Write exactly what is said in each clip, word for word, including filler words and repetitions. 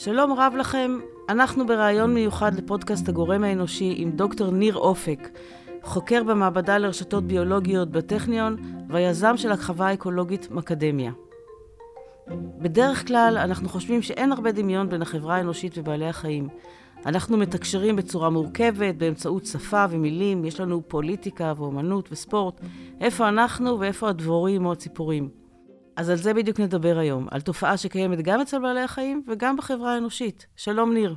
שלום רב לכם, אנחנו ברעיון מיוחד לפודקאסט הגורם האנושי עם דוקטור ניר אופק, חוקר במעבדה לרשתות ביולוגיות בטכניון והיזם של החווה האקולוגית מקדמיה. בדרך כלל אנחנו חושבים שאין הרבה דמיון בין החברה האנושית ובעלי החיים. אנחנו מתקשרים בצורה מורכבת, באמצעות שפה ומילים, יש לנו פוליטיקה ואומנות וספורט. איפה אנחנו ואיפה הדבורים או הציפורים? אז על זה בדיוק נדבר היום, על תופעה שקיימת גם אצל בעלי החיים וגם בחברה האנושית. שלום ניר.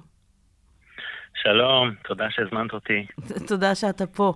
שלום, תודה שהזמנת אותי. תודה שאתה פה.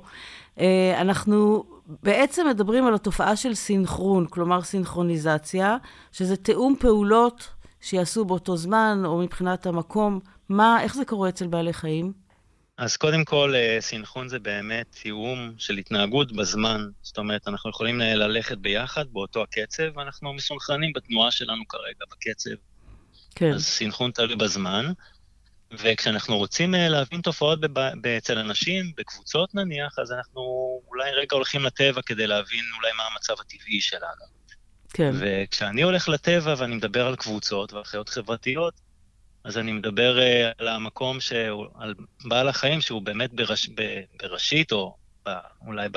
אנחנו בעצם מדברים על התופעה של סינכרון, כלומר סינכרוניזציה, שזה תאום פעולות שיעשו באותו זמן או מבחינת המקום. מה, איך זה קורה אצל בעלי חיים? אז קודם כל, סינכרון זה באמת תיאום של התנהגות בזמן. זאת אומרת, אנחנו יכולים ללכת ביחד באותו הקצב, ואנחנו מסונכרנים בתנועה שלנו כרגע בקצב. כן. אז סינכרון תלוי בזמן. וכשאנחנו רוצים להבין תופעות אצל אנשים, בקבוצות נניח, אז אנחנו אולי רגע הולכים לטבע כדי להבין אולי מה המצב הטבעי שלנו. כן. וכשאני הולך לטבע ואני מדבר על קבוצות ועל חיות חברתיות, אז אני מדבר על המקום, שהוא, על בעל החיים שהוא באמת בראש, בראשית, או אולי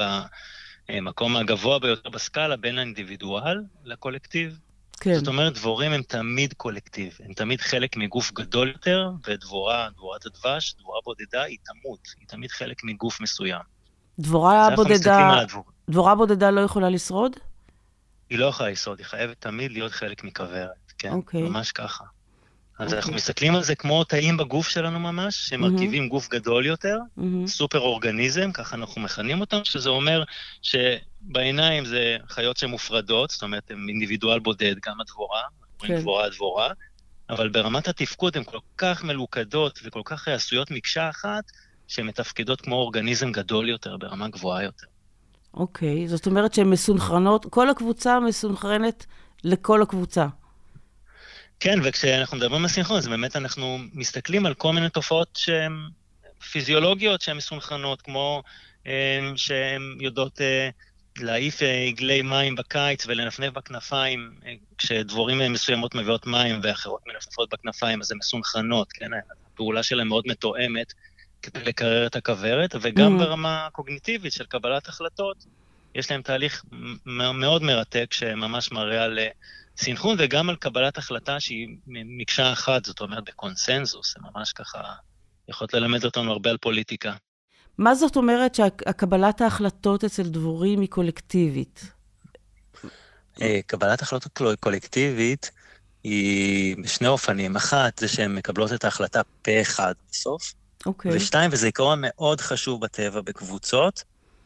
במקום הגבוה ביותר בסקאלה, בין האינדיבידואל לקולקטיב. כן. זאת אומרת, דבורים הם תמיד קולקטיב, הם תמיד חלק מגוף גדול יותר, ודבורה, דבורת הדבש, דבורה בודדה, היא תמות, היא תמיד חלק מגוף מסוים. דבורה בודדה, דבורה בודדה לא יכולה לשרוד? היא לא יכולה לשרוד, היא חייבת תמיד להיות חלק מכוורת, כן, okay. ממש ככה. אז okay. אנחנו מסתכלים על זה כמו תאים בגוף שלנו ממש, שמרכיבים mm-hmm. גוף גדול יותר, mm-hmm. סופר אורגניזם, ככה אנחנו מכנים אותם, שזה אומר שבעיניים זה חיות שמופרדות, זאת אומרת, הם אינדיבידואל בודד, גם הדבורה, כן. דבורה הדבורה, אבל ברמת התפקוד הן כל כך מלוכדות וכל כך עשויות מקשה אחת, שמתפקדות כמו אורגניזם גדול יותר, ברמה גבוהה יותר. אוקיי, okay. זאת אומרת שהן מסונכרנות, כל הקבוצה מסונכרנת לכל הקבוצה. כן, וכשאנחנו מדברים על סינכרון, אז באמת אנחנו מסתכלים על כל מיני תופעות שהן פיזיולוגיות, שהן מסונכרנות, כמו שהן יודעות להעיף עגלי מים בקיץ ולנפנף בכנפיים, כשדבורים מסוימות מביאות מים ואחרות מנפנפות בכנפיים, אז הן מסונכרנות, כן? הפעולה שלהן מאוד מתואמת כדי לקרר את הכוורת, וגם mm-hmm. ברמה הקוגניטיבית של קבלת החלטות, יש להם תהליך מאוד מרתק שממש מראה על סינכרון, וגם על קבלת החלטה שהיא מקשה אחת, זאת אומרת בקונסנזוס, זה ממש ככה, יכולת ללמד אותנו הרבה על פוליטיקה. מה זאת אומרת שהקבלת ההחלטות אצל דבורים היא קולקטיבית? קבלת החלטות קולקטיבית היא בשני אופנים. אחת, זה שהן מקבלות את ההחלטה פה אחד בסוף. אוקיי. ושתיים, וזה עיקרון מאוד חשוב בטבע בקבוצות,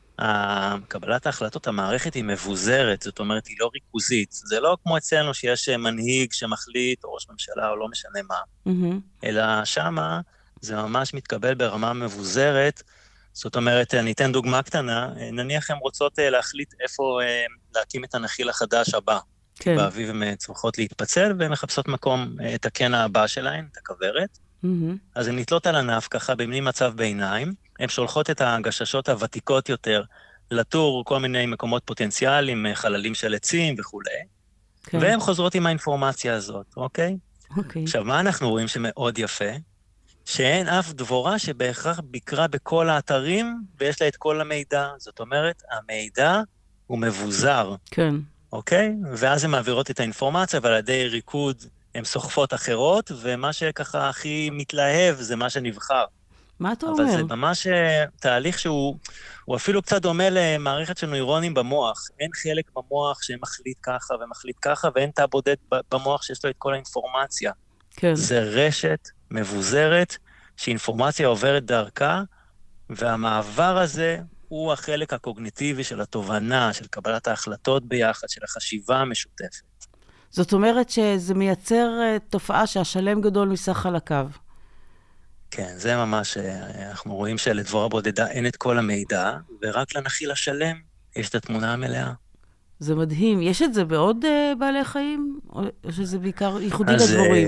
קבלת ההחלטות, המערכת היא מבוזרת, זאת אומרת, היא לא ריכוזית. זה לא כמו אצלנו שיש מנהיג שמחליט, או ראש ממשלה, או לא משנה מה. Mm-hmm. אלא שמה זה ממש מתקבל ברמה מבוזרת. זאת אומרת, אני אתן דוגמה קטנה, נניח הן רוצות להחליט איפה להקים את הנחיל החדש הבא. כן. באביב הן צריכות להתפצל, והן מחפשות מקום, את הקן הבא שלהן, את הכוורת. Mm-hmm. אז הן נתלות על ענף ככה, במני מצב ביניים, הן שולחות את הגששות הוותיקות יותר, לטור כל מיני מקומות פוטנציאליים, חללים של עצים וכו'. כן. והן חוזרות עם האינפורמציה הזאת, אוקיי? אוקיי. עכשיו, מה אנחנו רואים שמאוד יפה? שאין אף דבורה שבהכרח ביקרה בכל האתרים, ויש לה את כל המידע. זאת אומרת, המידע הוא מבוזר. כן. אוקיי? ואז הן מעבירות את האינפורמציה, ועל ידי ריקוד הן סוחפות אחרות, ומה שככה הכי מתלהב זה מה שנבחר. מה אתה אומר? אבל זה ממש תהליך שהוא הוא אפילו קצת דומה למערכת של נוירונים במוח. אין חלק במוח שמחליט ככה ומחליט ככה, ואין תא בודד במוח שיש לו את כל האינפורמציה. כן. זה רשת מבוזרת, שאינפורמציה עוברת דרכה, והמעבר הזה הוא החלק הקוגניטיבי של התובנה, של קבלת ההחלטות ביחד, של החשיבה המשותפת. זאת אומרת שזה מייצר תופעה שהשלם גדול מסך חלקיו. כן, זה ממש, אנחנו רואים שלדבורה בודדה אין את כל המידע, ורק לנחיל השלם יש את התמונה המלאה. זה מדהים. יש את זה בעוד uh, בעלי חיים? או שזה בעיקר ייחודי לדבורים?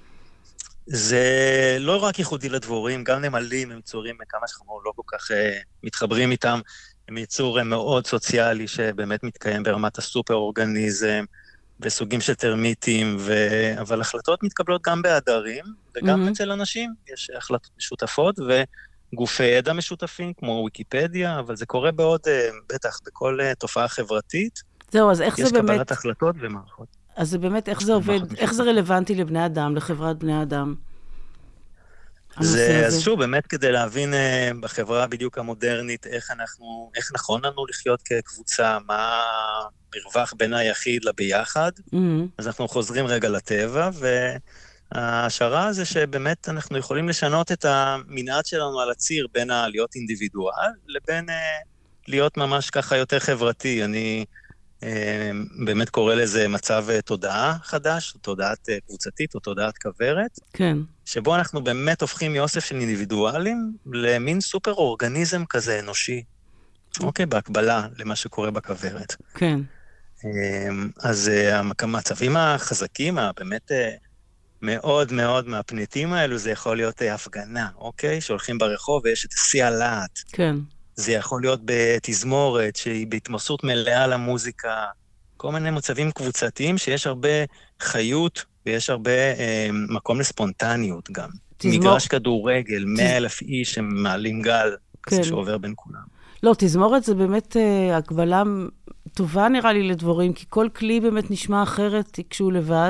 זה לא רק ייחודי לדבורים, גם נמלים הם יצורים, כמה שאנחנו לא כל כך uh, מתחברים איתם, הם יצור מאוד סוציאלי שבאמת מתקיים ברמת הסופר אורגניזם, וסוגים של טרמיטים, ו... אבל החלטות מתקבלות גם בעדרים, וגם mm-hmm. אצל אנשים יש החלטות משותפות, וגופי ידע משותפים, כמו ויקיפדיה, אבל זה קורה בעוד, בטח, בכל תופעה חברתית. זהו, אז איך זה באמת... יש קבלת החלטות ומערכות. אז זה באמת, איך זה עובד, איך זה רלוונטי לבני אדם, לחברת בני אדם? זה, אז שוב, באמת כדי להבין uh, בחברה בדיוק המודרנית, איך אנחנו, איך נכון לנו לחיות כקבוצה, מה מרווח בין היחיד לביחד, mm-hmm. אז אנחנו חוזרים רגע לטבע, וההשערה זה שבאמת אנחנו יכולים לשנות את המנעד שלנו על הציר, בין להיות אינדיבידואל, לבין uh, להיות ממש ככה יותר חברתי. אני uh, באמת קורא לזה מצב uh, תודעה חדש, תודעת uh, קבוצתית או תודעת כברת. כן. שבו אנחנו באמת הופכים מאוסף של אינדיבידואלים למין סופר אורגניזם כזה אנושי. אוקיי, בהקבלה למה שקורה בכברת. כן. אז המצבים החזקים, באמת מאוד מאוד מהפניטים האלו, זה יכול להיות הפגנה, אוקיי? שהולכים ברחוב ויש את השיא הלהט. כן. זה יכול להיות בתזמורת שהיא בהתמסות מלאה למוזיקה, כל מיני מצבים קבוצתיים שיש הרבה חיות, ויש הרבה אה, מקום לספונטניות גם. תזמור... מגרש כדורגל, מאה תז... אלף איש שמעלים גל, כן. כזה שעובר בין כולם. לא, תזמורת זה באמת אה, הקבלה טובה נראה לי לדבורים, כי כל כלי באמת נשמע אחרת כשהוא לבד,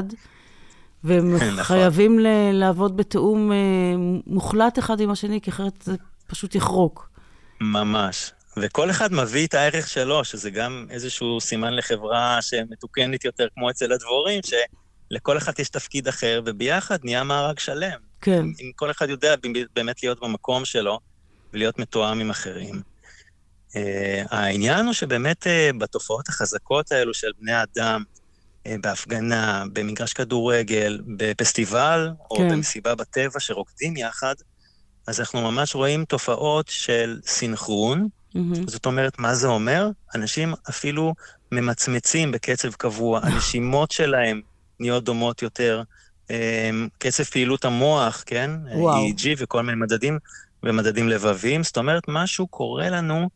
והם חייבים ל- לעבוד בתאום אה, מוחלט אחד עם השני, כי אחרת זה פשוט יחרוק. ממש. וכל אחד מביא את הערך שלו, שזה גם איזשהו סימן לחברה שמתוקנת יותר כמו אצל הדבורים, ש... לכל אחד יש תפקיד אחר, וביחד נהיה מארג שלם. כן. אם כל אחד יודע באמת להיות במקום שלו, ולהיות מתואם עם אחרים. Uh, העניין הוא שבאמת uh, בתופעות החזקות האלו של בני אדם, uh, בהפגנה, במגרש כדורגל, בפסטיבל, כן. או במסיבה בטבע שרוקדים יחד, אז אנחנו ממש רואים תופעות של סינכרון. Mm-hmm. זאת אומרת, מה זה אומר? אנשים אפילו ממצמצים בקצב קבוע, הנשימות שלהם, נהיות דומות יותר, קצב פעילות המוח, כן? וואו. אי אי ג'י וכל מיני מדדים, ומדדים לבביים. זאת אומרת, משהו קורה לנו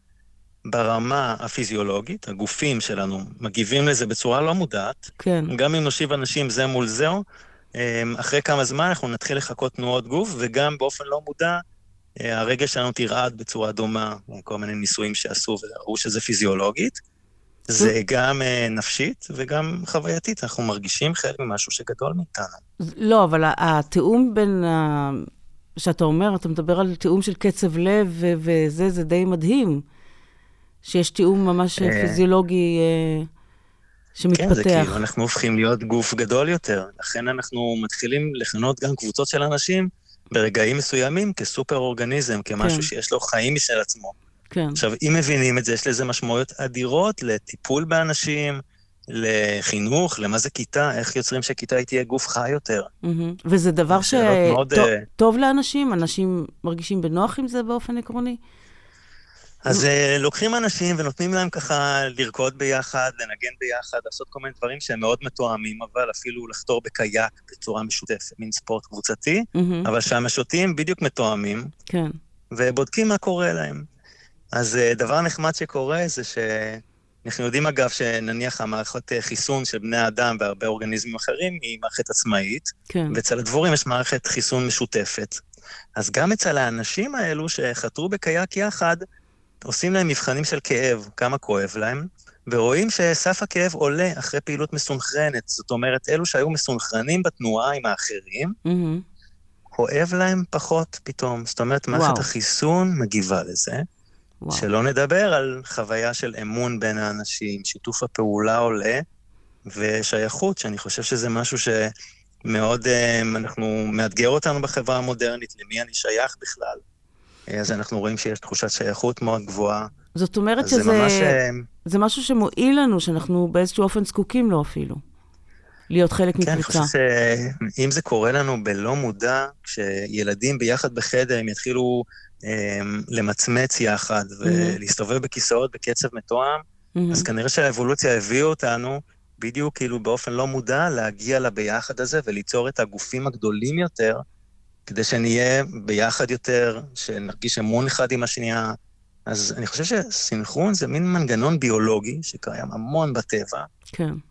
ברמה הפיזיולוגית, הגופים שלנו מגיבים לזה בצורה לא מודעת. כן. גם אם נושיב אנשים זה מול זהו, אחרי כמה זמן אנחנו נתחיל לחכות תנועות גוף, וגם באופן לא מודע, הרגש שלנו תרעד בצורה דומה, כל מיני ניסויים שעשו, וראו שזה פיזיולוגית. זה גם נפשית וגם חווייתית, אנחנו מרגישים חלק ממשהו שגדול מאיתנו. לא, אבל התיאום בין, שאתה אומר, אתה מדבר על תיאום של קצב לב, וזה, זה די מדהים, שיש תיאום ממש פיזיולוגי שמתפתח. כן, זה כאילו, אנחנו הופכים להיות גוף גדול יותר, לכן אנחנו מתחילים לכנות גם קבוצות של אנשים, ברגעים מסוימים, כסופר אורגניזם, כמשהו שיש לו חיים משל עצמו. כן. עכשיו, אם מבינים את זה, יש לזה משמעויות אדירות לטיפול באנשים, לחינוך, למה זה כיתה, איך יוצרים שכיתה היא תהיה גוף חי יותר. Mm-hmm. וזה דבר שטוב לאנשים? אנשים מרגישים בנוח עם זה באופן עקרוני? אז לוקחים אנשים ונותנים להם ככה לרקוד ביחד, לנגן ביחד, לעשות כל מיני דברים שהם מאוד מתואמים, אבל אפילו לחתור בקייק בצורה משותפת, מין ספורט קבוצתי, mm-hmm. אבל שהמשותים בדיוק מתואמים, כן. ובודקים מה קורה להם. אז דבר נחמד שקורה זה שאנחנו יודעים אגב שנניח המערכות חיסון של בני האדם והרבה אורגניזמים אחרים היא מערכת עצמאית, כן. ואצל הדבורים יש מערכת חיסון משותפת. אז גם אצל האנשים האלו שחתרו בקייק יחד, עושים להם מבחנים של כאב, כמה כואב להם, ורואים שסף הכאב עולה אחרי פעילות מסונכרנת. זאת אומרת, אלו שהיו מסונכרנים בתנועה עם האחרים, mm-hmm. כואב להם פחות פתאום. זאת אומרת, מערכת וואו. החיסון מגיבה לזה. וואו. שלא נדבר על חוויה של אמון בין האנשים, שיתוף הפעולה עולה, ושייכות, שאני חושב שזה משהו שמאוד, אנחנו מאתגר אותנו בחברה המודרנית, למי אני שייך בכלל. אז אנחנו רואים שיש תחושת שייכות מאוד גבוהה. זאת אומרת שזה זה, ממש... זה משהו שמועיל לנו, שאנחנו באיזשהו אופן זקוקים לו אפילו. להיות חלק מקבוצה. כן, אני חושב שאם זה קורה לנו בלא מודע, כשילדים ביחד בחדר, הם יתחילו הם, למצמץ יחד, mm-hmm. ולהסתובב בכיסאות בקצב מתואם, mm-hmm. אז כנראה שהאבולוציה הביאו אותנו, בדיוק כאילו באופן לא מודע, להגיע לביחד הזה, וליצור את הגופים הגדולים יותר, כדי שנהיה ביחד יותר, שנרגיש אמון אחד עם השנייה. אז אני חושב שסינכרון זה מין מנגנון ביולוגי, שקיים המון בטבע, כן.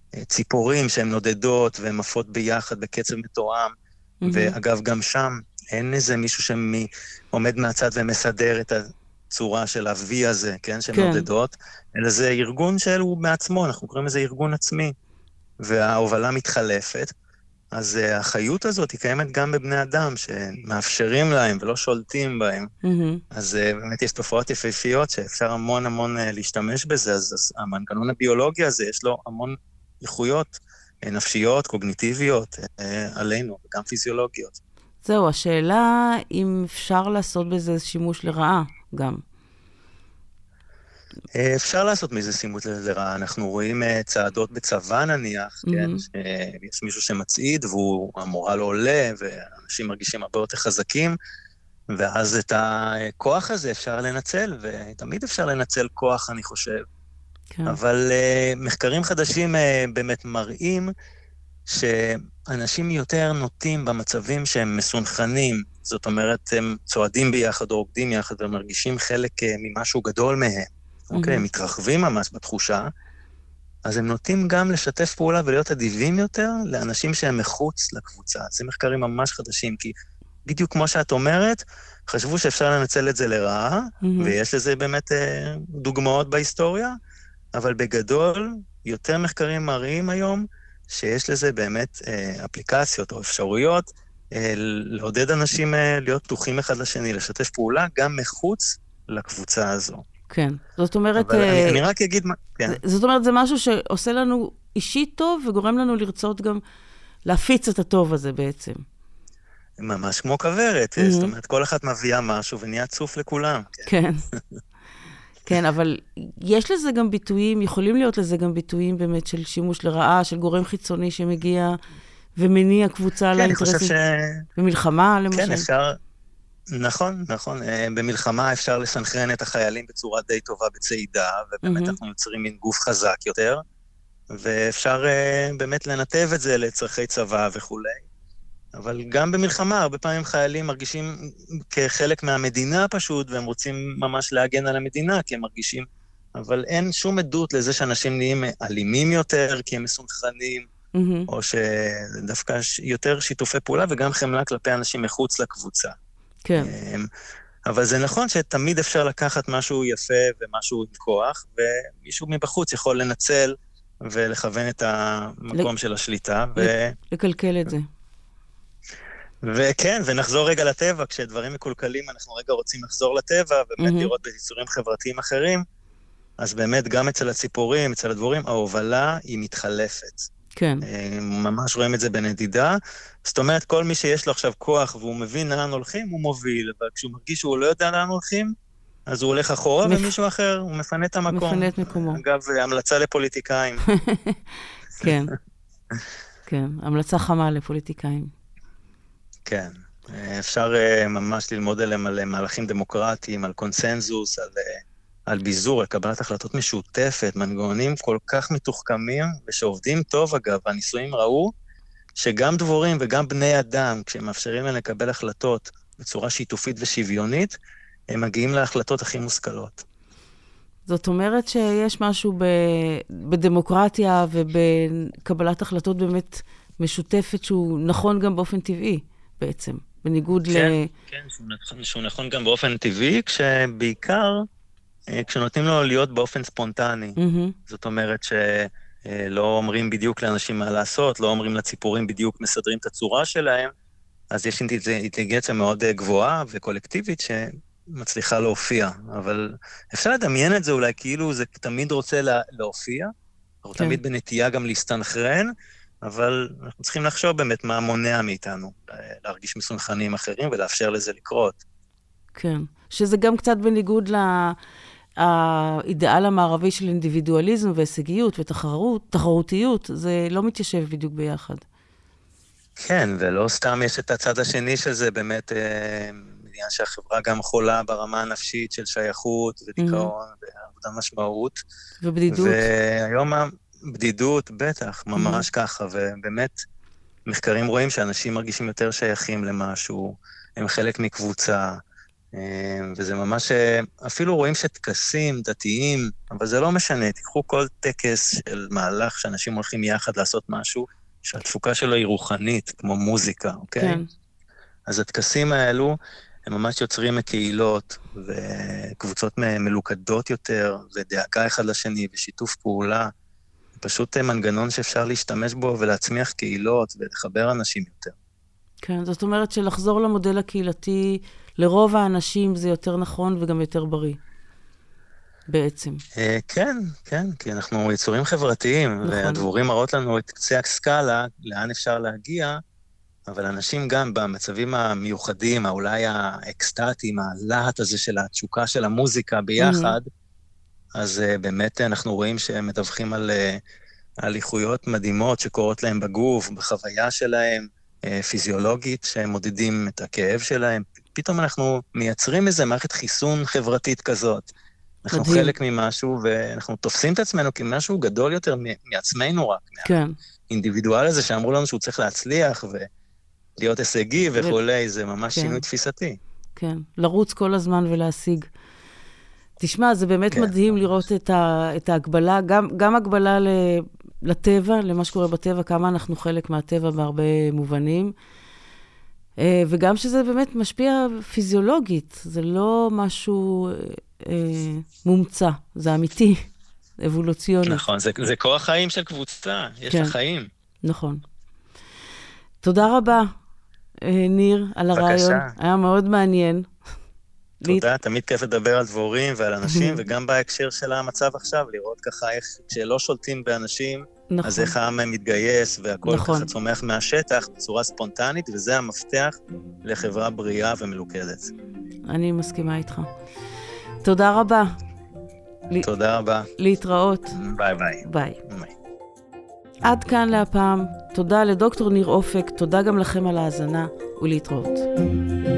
ציפורים שהן נודדות והן עפות ביחד בקצב מתואם, mm-hmm. ואגב גם שם אין איזה מישהו שעומד מהצד ומסדר את הצורה של ה-V הזה, כן, שהן כן. נודדות, אלא זה ארגון שהוא מעצמו, אנחנו קוראים לזה ארגון עצמי, וההובלה מתחלפת, אז החיות הזאת היא קיימת גם בבני אדם, שמאפשרים להם ולא שולטים בהם. Mm-hmm. אז באמת יש תופעות יפהפיות שאפשר המון המון להשתמש בזה, אז, אז המנגנון הביולוגי הזה יש לו המון איכויות נפשיות, קוגניטיביות, עלינו, וגם פיזיולוגיות. זהו, השאלה אם אפשר לעשות בזה שימוש לרעה גם. אפשר לעשות מזה שימוש לרעה, אנחנו רואים צעדות בצבא נניח, mm-hmm. כן, יש מישהו שמצעיד והוא המורל עולה, ואנשים מרגישים הרבה יותר חזקים, ואז את הכוח הזה אפשר לנצל, ותמיד אפשר לנצל כוח, אני חושב. כן. אבל מחקרים חדשים באמת מראים שאנשים יותר נוטים במצבים שהם מסונכנים, זאת אומרת, הם צועדים ביחד או עובדים יחד, ומרגישים חלק ממשהו גדול מהם. אוקיי, הם מתרחבים ממש בתחושה, אז הם נוטים גם לשתף פעולה ולהיות אדיבים יותר לאנשים שהם מחוץ לקבוצה. זה מחקרים ממש חדשים, כי בדיוק כמו שאת אומרת, חשבו שאפשר לנצל את זה לרעה, ויש לזה באמת דוגמאות בהיסטוריה, אבל בגדול, יותר מחקרים מראים היום, שיש לזה באמת אפליקציות או אפשרויות, לעודד אנשים להיות פתוחים אחד לשני, לשתף פעולה גם מחוץ לקבוצה הזו. כן, זאת אומרת... אבל אני, אני רק אגיד מה... כן. זאת אומרת, זה משהו שעושה לנו אישית טוב, וגורם לנו לרצות גם להפיץ את הטוב הזה בעצם. ממש כמו כברת, mm-hmm. זאת אומרת, כל אחת מביאה משהו ונהיה צוף לכולם. כן. כן, אבל יש לזה גם ביטויים, יכולים להיות לזה גם ביטויים באמת של שימוש לרעה, של גורם חיצוני שמגיע ומניע קבוצה כן, לאינטרסים. ש... במלחמה, למשל. כן, אפשר... נכון, נכון. במלחמה אפשר לסנכרן את החיילים בצורה די טובה בצעידה, ובאמת mm-hmm. אנחנו יוצרים מין גוף חזק יותר, ואפשר באמת לנתב את זה לצרכי צבא וכו'. אבל גם במלחמה, הרבה פעמים חיילים מרגישים כחלק מהמדינה פשוט, והם רוצים ממש להגן על המדינה, כי הם מרגישים, אבל אין שום עדות לזה שאנשים נהיים אלימים יותר, כי הם מסונכרנים, mm-hmm. או שדווקא יותר שיתופי פעולה, וגם חמלה כלפי אנשים מחוץ לקבוצה. כן. אבל זה נכון שתמיד אפשר לקחת משהו יפה ומשהו עם כוח, ומישהו מבחוץ יכול לנצל ולכוון את המקום של השליטה. לקלקל את זה. וכן, ונחזור רגע לטבע, כשדברים מקולקלים אנחנו רגע רוצים לחזור לטבע, ובאמת לראות ביצורים חברתיים אחרים, אז באמת גם אצל הציפורים, אצל הדבורים, ההובלה היא מתחלפת. כן. ממש רואים את זה בנדידה. זאת אומרת, כל מי שיש לו עכשיו כוח והוא מבין לאן הולכים, הוא מוביל, אבל כשהוא מרגיש שהוא לא יודע לאן הולכים, אז הוא הולך אחורה, מפ... ומישהו אחר, הוא מפנה את המקום. מפנה את מקומו. אגב, המלצה לפוליטיקאים. כן, כן, המלצה חמה לפוליטיקאים. כן, אפשר ממש ללמוד עליהם על מהלכים דמוקרטיים, על קונסנזוס, על... על ביזור, על קבלת החלטות משותפת, מנגנונים כל כך מתוחכמים, ושעובדים טוב אגב, הניסויים ראו שגם דבורים וגם בני אדם, כשהם מאפשרים להם לקבל החלטות בצורה שיתופית ושוויונית, הם מגיעים להחלטות הכי מושכלות. זאת אומרת שיש משהו ב... בדמוקרטיה ובקבלת החלטות באמת משותפת, שהוא נכון גם באופן טבעי בעצם, בניגוד כן, ל... כן, שהוא נכון, שהוא נכון גם באופן טבעי, כשבעיקר... כשנותנים לו להיות באופן ספונטני. Mm-hmm. זאת אומרת שלא אומרים בדיוק לאנשים מה לעשות, לא אומרים לציפורים בדיוק מסדרים את הצורה שלהם, אז יש אינטליגנציה מאוד גבוהה וקולקטיבית שמצליחה להופיע. אבל אפשר לדמיין את זה אולי כאילו זה תמיד רוצה לה, להופיע, או כן. תמיד בנטייה גם להסתנכרן, אבל אנחנו צריכים לחשוב באמת מה מונע מאיתנו, להרגיש מסונכנים אחרים ולאפשר לזה לקרות. כן, שזה גם קצת בניגוד ל... האידאל המערבי של אינדיבידואליזם והישגיות ותחרות, תחרותיות, זה לא מתיישב בדיוק ביחד. כן, ולא סתם יש את הצד השני של זה, באמת, עניין שהחברה גם חולה ברמה הנפשית של שייכות ודיכאון ועבודה משמעות. ובדידות. והיום הבדידות, בטח, ממש ככה, ובאמת, מחקרים רואים שאנשים מרגישים יותר שייכים למשהו, הם חלק מקבוצה, וזה ממש, אפילו רואים שטקסים דתיים, אבל זה לא משנה, תיקחו כל טקס של מהלך שאנשים הולכים יחד לעשות משהו, שהתפוקה שלו היא רוחנית, כמו מוזיקה, אוקיי? כן. אז הטקסים האלו, הם ממש יוצרים מקהילות, וקבוצות מלוכדות יותר, ודאגה אחד לשני, ושיתוף פעולה, פשוט מנגנון שאפשר להשתמש בו, ולהצמיח קהילות, ולחבר אנשים יותר. כן, זאת אומרת שלחזור למודל הקהילתי, לרוב האנשים זה יותר נכון, וגם יותר בריא. בעצם. כן, כן, כי אנחנו יצורים חברתיים, נכון. והדבורים מראות לנו את קצה הסקאלה, לאן אפשר להגיע, אבל אנשים גם במצבים המיוחדים, אולי האקסטטיים, הלהט הזה של התשוקה של המוזיקה ביחד, mm-hmm. אז uh, באמת אנחנו רואים שהם מדווחים על, uh, על איכויות מדהימות שקורות להם בגוף, בחוויה שלהם, uh, פיזיולוגית, שהם מודדים את הכאב שלהם. פתאום אנחנו מייצרים איזה מערכת חיסון חברתית כזאת. אנחנו מדהים. חלק ממשהו, ואנחנו תופסים את עצמנו כמשהו גדול יותר מעצמנו רק. כן. האינדיבידואל הזה שאמרו לנו שהוא צריך להצליח ולהיות הישגי וכולי, זה ממש כן. שינוי תפיסתי. כן, לרוץ כל הזמן ולהשיג. תשמע, זה באמת כן, מדהים ממש. לראות את, ה, את ההגבלה, גם, גם הגבלה לטבע, למה שקורה בטבע, כמה אנחנו חלק מהטבע בהרבה מובנים, וגם שזה באמת משפיע פיזיולוגית, זה לא משהו אה, מומצא, זה אמיתי, אבולוציוני. נכון, זה, זה כוח חיים של קבוצה, יש כן, לה חיים. נכון. תודה רבה, אה, ניר, על הרעיון. היה מאוד מעניין. תודה, לי... תמיד כיף לדבר על דבורים ועל אנשים, וגם בהקשר של המצב עכשיו, לראות ככה איך, כשלא שולטים באנשים, נכון. אז איך העם מתגייס, והכל נכון. ככה צומח מהשטח בצורה ספונטנית, וזה המפתח לחברה בריאה ומלוכדת. אני מסכימה איתך. תודה רבה. תודה רבה. להתראות. ביי ביי. ביי. ביי. עד כאן להפעם. תודה לדוקטור ניר אופק, תודה גם לכם על ההאזנה, ולהתראות.